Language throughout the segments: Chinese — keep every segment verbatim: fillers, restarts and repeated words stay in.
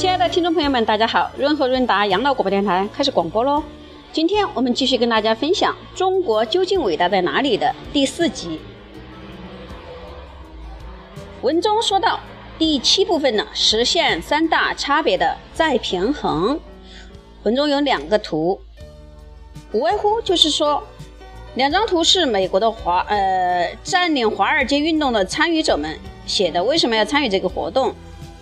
亲爱的听众朋友们，大家好，润和润达养老广播电台开始广播喽。今天我们继续跟大家分享中国究竟伟大在哪里的第四集。文中说到第七部分呢，实现三大差别的再平衡。文中有两个图，无外乎就是说两张图是美国的华呃占领华尔街运动的参与者们写的，为什么要参与这个活动？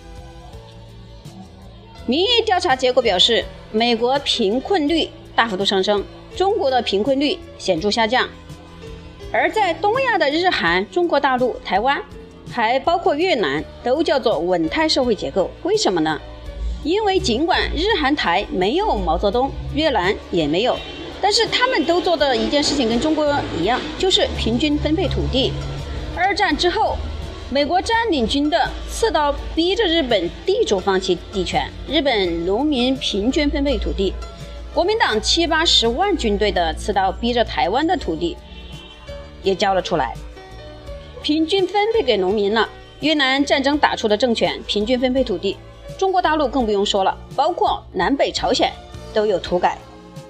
民意调查结果表示，美国贫困率大幅度上升，中国的贫困率显著下降。而在东亚的日韩、中国大陆、台湾，还包括越南，都叫做稳态社会结构。为什么呢？因为尽管日韩台没有毛泽东，越南也没有，但是他们都做的一件事情跟中国一样，就是平均分配土地。二战之后，美国占领军的刺刀逼着日本地主放弃地权，日本农民平均分配土地。国民党七八十万军队的刺刀逼着台湾的土地也交了出来，平均分配给农民了。越南战争打出的政权，平均分配土地。中国大陆更不用说了，包括南北朝鲜都有土改。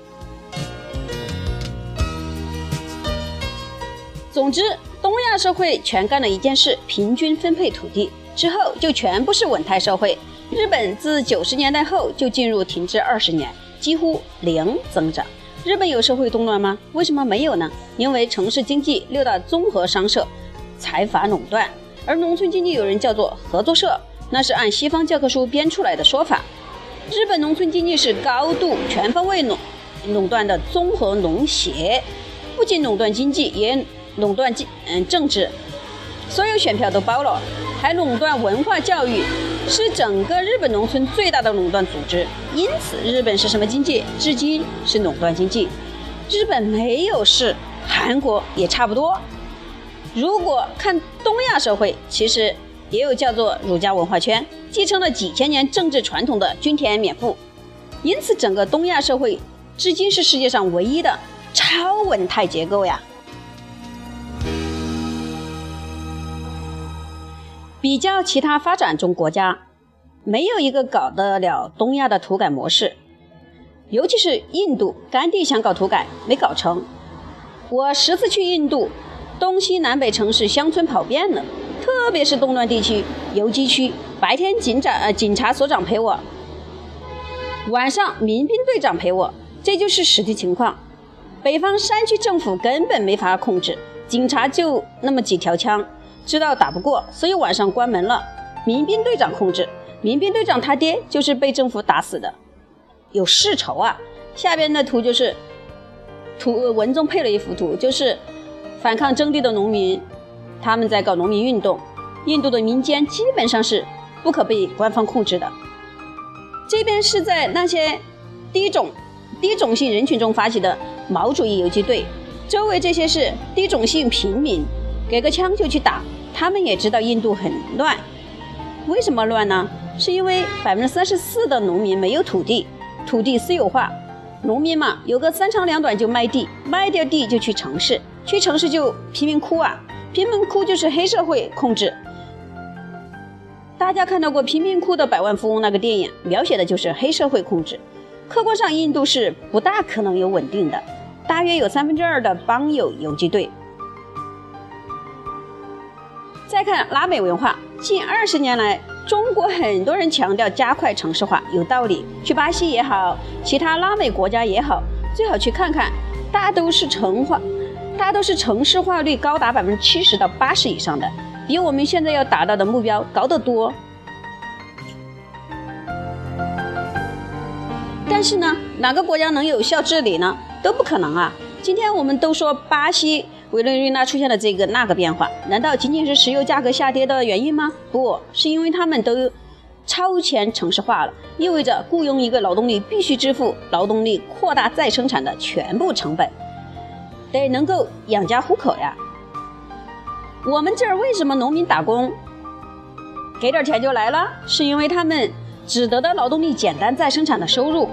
总之，东亚社会全干了一件事，平均分配土地，之后就全部是稳态社会。日本自九十年代后就进入停滞二十年，几乎零增长。日本有社会动乱吗？为什么没有呢？因为城市经济六大综合商社财阀垄断，而农村经济有人叫做合作社，那是按西方教科书编出来的说法。日本农村经济是高度全方位垄垄断的综合农协，不仅垄断经济，也垄断嗯政治，所有选票都包了，还垄断文化教育，是整个日本农村最大的垄断组织。因此日本是什么经济？至今是垄断经济。日本没有事，韩国也差不多。如果看东亚社会，其实也有叫做儒家文化圈，继承了几千年政治传统的均田免赋，因此整个东亚社会至今是世界上唯一的超稳态结构呀。比较其他发展中国家，没有一个搞得了东亚的土改模式，尤其是印度，甘地想搞土改没搞成。我十次去印度，东西南北城市乡村跑遍了，特别是动乱地区游击区，白天警察、呃、警察所长陪我，晚上民兵队长陪我，这就是实际情况。北方山区政府根本没法控制，警察就那么几条枪，知道打不过，所以晚上关门了，民兵队长控制。民兵队长他爹就是被政府打死的，有世仇啊。下边的图就是图文中配了一幅图，就是反抗征地的农民，他们在搞农民运动。印度的民间基本上是不可被官方控制的。这边是在那些低种低种姓人群中发起的毛主义游击队，周围这些是低种姓平民，给个枪就去打。他们也知道印度很乱，为什么乱呢？是因为 百分之三十四 的农民没有土地，土地私有化，农民嘛，有个三长两短就卖地，卖掉地就去城市，去城市就贫民窟啊，贫民窟就是黑社会控制。大家看到过贫民窟的百万富翁那个电影，描写的就是黑社会控制。客观上印度是不大可能有稳定的，大约有三分之二的邦有游击队。再看拉美文化，近二十年来，中国很多人强调加快城市化，有道理。去巴西也好，其他拉美国家也好，最好去看看，大都是城化，大都是城市化率高达百分之七十到八十以上的，比我们现在要达到的目标高得多。但是呢，哪个国家能有效治理呢？都不可能啊。今天我们都说巴西委内瑞拉出现了这个那个变化，难道仅仅是石油价格下跌的原因吗？不，是因为他们都超前城市化了，意味着雇佣一个劳动力必须支付劳动力扩大再生产的全部成本，得能够养家糊口呀。我们这儿为什么农民打工给点钱就来了？是因为他们只得到劳动力简单再生产的收入，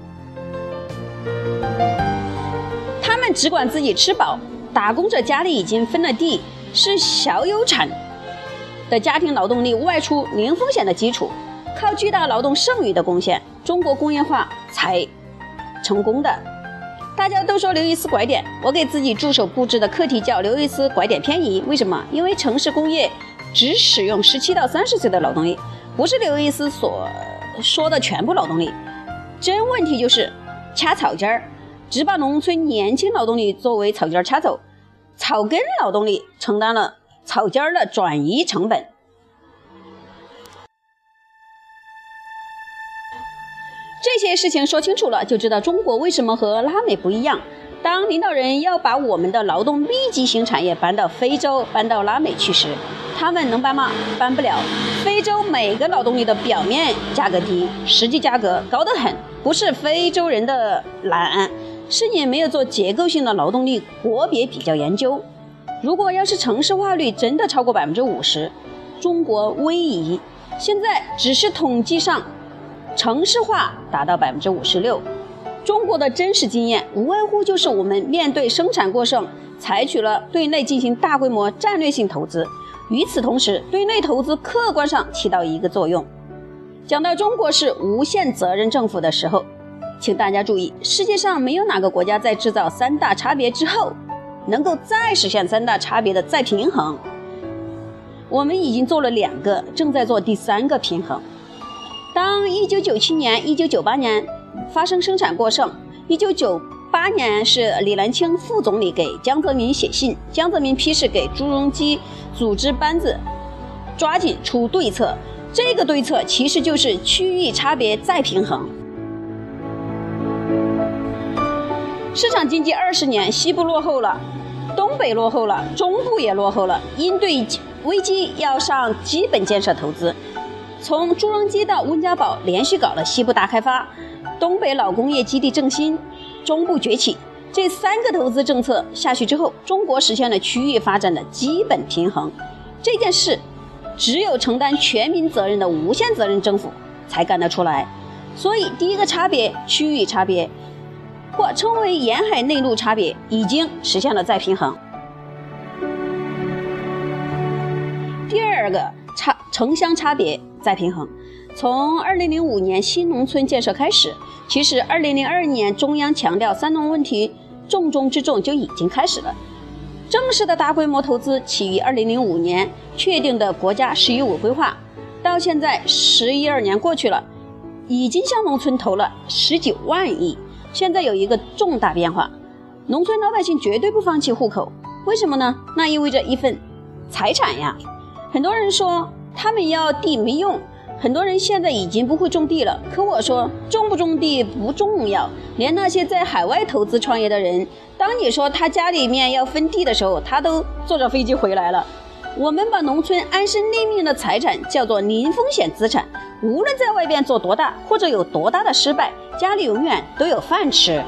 他们只管自己吃饱，打工者家里已经分了地，是小有产的家庭劳动力外出零风险的基础。 靠巨大劳动剩余的贡献，中国工业化才成功的。大家都说刘易斯拐点，我给自己助手布置的课题叫刘易斯拐点偏移。为什么？因为城市工业只使用十七到三十岁的劳动力，不是刘易斯所说的全部劳动力。真问题就是掐草尖儿，只把农村年轻劳动力作为草尖掐走，草根劳动力承担了草尖的转移成本。这些事情说清楚了，就知道中国为什么和拉美不一样。当领导人要把我们的劳动密集型产业搬到非洲、搬到拉美去时，他们能搬吗？搬不了。非洲每个劳动力的表面价格低，实际价格高得很，不是非洲人的懒，是你没有做结构性的劳动力国别比较研究。如果要是城市化率真的超过百分之五十，中国危矣。现在只是统计上城市化达到百分之五十六。中国的真实经验无外乎就是我们面对生产过剩，采取了对内进行大规模战略性投资。与此同时，对内投资客观上起到一个作用。讲到中国是无限责任政府的时候，请大家注意，世界上没有哪个国家在制造三大差别之后能够再实现三大差别的再平衡。我们已经做了两个，正在做第三个平衡。当一九九七年、一九九八年发生生产过剩，一九九八年是李兰清副总理给江泽民写信，江泽民批示给朱镕基组织班子抓紧出对策。这个对策其实就是区域差别再平衡。市场经济二十年，西部落后了，东北落后了，中部也落后了。应对危机要上基本建设投资。从朱镕基到温家宝，连续搞了西部大开发、东北老工业基地振兴、中部崛起。这三个投资政策下去之后，中国实现了区域发展的基本平衡。这件事只有承担全民责任的无限责任政府才干得出来。所以第一个差别，区域差别，或称为沿海内陆差别，已经实现了再平衡。第二个差城乡差别再平衡。从二零零五年新农村建设开始，其实二零零二年中央强调三农问题重中之重就已经开始了。正式的大规模投资起于二零零五年确定的国家“十一五”规划，到现在十一二年过去了，已经向农村投了十九万亿。现在有一个重大变化，农村老百姓绝对不放弃户口。为什么呢？那意味着一份财产呀。很多人说他们要地没用，很多人现在已经不会种地了。可我说，种不种地不重要，连那些在海外投资创业的人，当你说他家里面要分地的时候，他都坐着飞机回来了。我们把农村安身立命的财产叫做零风险资产，无论在外边做多大或者有多大的失败，家里永远都有饭吃。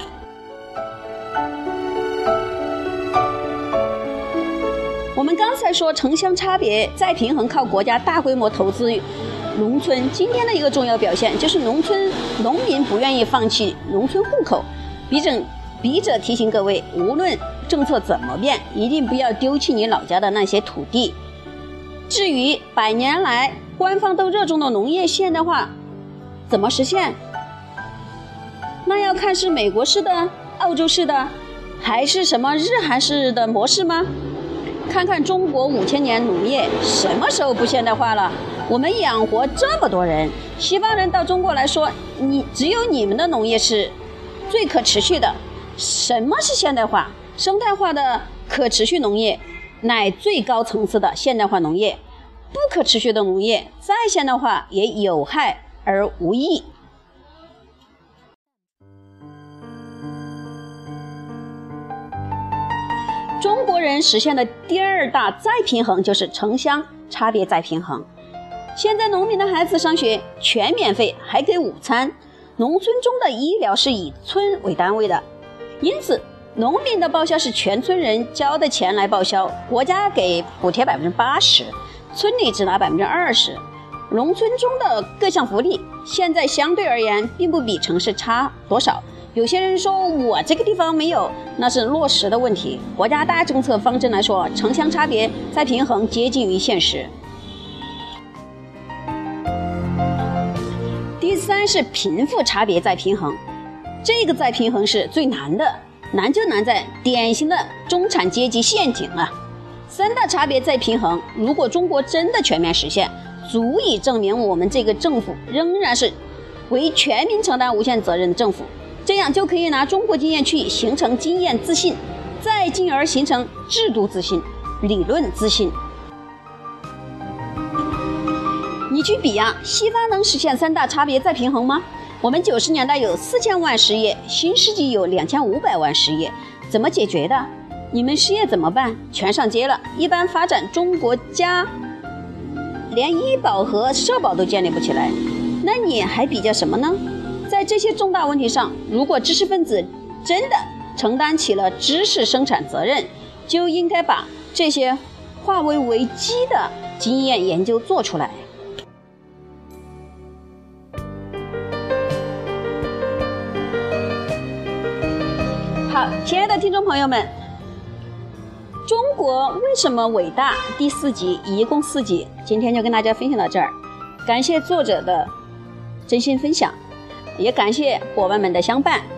我们刚才说城乡差别再平衡靠国家大规模投资农村，今天的一个重要表现就是农村农民不愿意放弃农村户口。笔者笔者提醒各位，无论政策怎么变，一定不要丢弃你老家的那些土地。至于百年来官方都热衷的农业现代化怎么实现，那要看是美国式的、澳洲式的，还是什么日韩式的模式吗？看看中国五千年农业什么时候不现代化了？我们养活这么多人，西方人到中国来说，你只有你们的农业是最可持续的。什么是现代化？生态化的可持续农业乃最高层次的现代化农业。不可持续的农业再现代化也有害而无益。中国人实现的第二大再平衡就是城乡差别再平衡。现在农民的孩子上学全免费，还给午餐。农村中的医疗是以村为单位的，因此农民的报销是全村人交的钱来报销，国家给补贴百分之八十，村里只拿百分之二十。农村中的各项福利现在相对而言并不比城市差多少。有些人说我这个地方没有，那是落实的问题。国家大政策方针来说，城乡差别再平衡接近于现实。 三是贫富差别再平衡，这个再平衡是最难的，难就难在典型的中产阶级陷阱啊。三大差别再平衡，如果中国真的全面实现，足以证明我们这个政府仍然是为全民承担无限责任的政府，这样就可以拿中国经验去形成经验自信，再进而形成制度自信、理论自信。你去比啊，西方能实现三大差别再平衡吗？我们九十年代有四千万失业，新世纪有两千五百万失业，怎么解决的？你们失业怎么办？全上街了，一般发展中国家连医保和社保都建立不起来，那你还比较什么呢？在这些重大问题上，如果知识分子真的承担起了知识生产责任，就应该把这些化危为机的经验研究做出来。好，亲爱的听众朋友们，中国为什么伟大第四集一共四集，今天就跟大家分享到这儿。感谢作者的真心分享，也感谢伙伴们的相伴。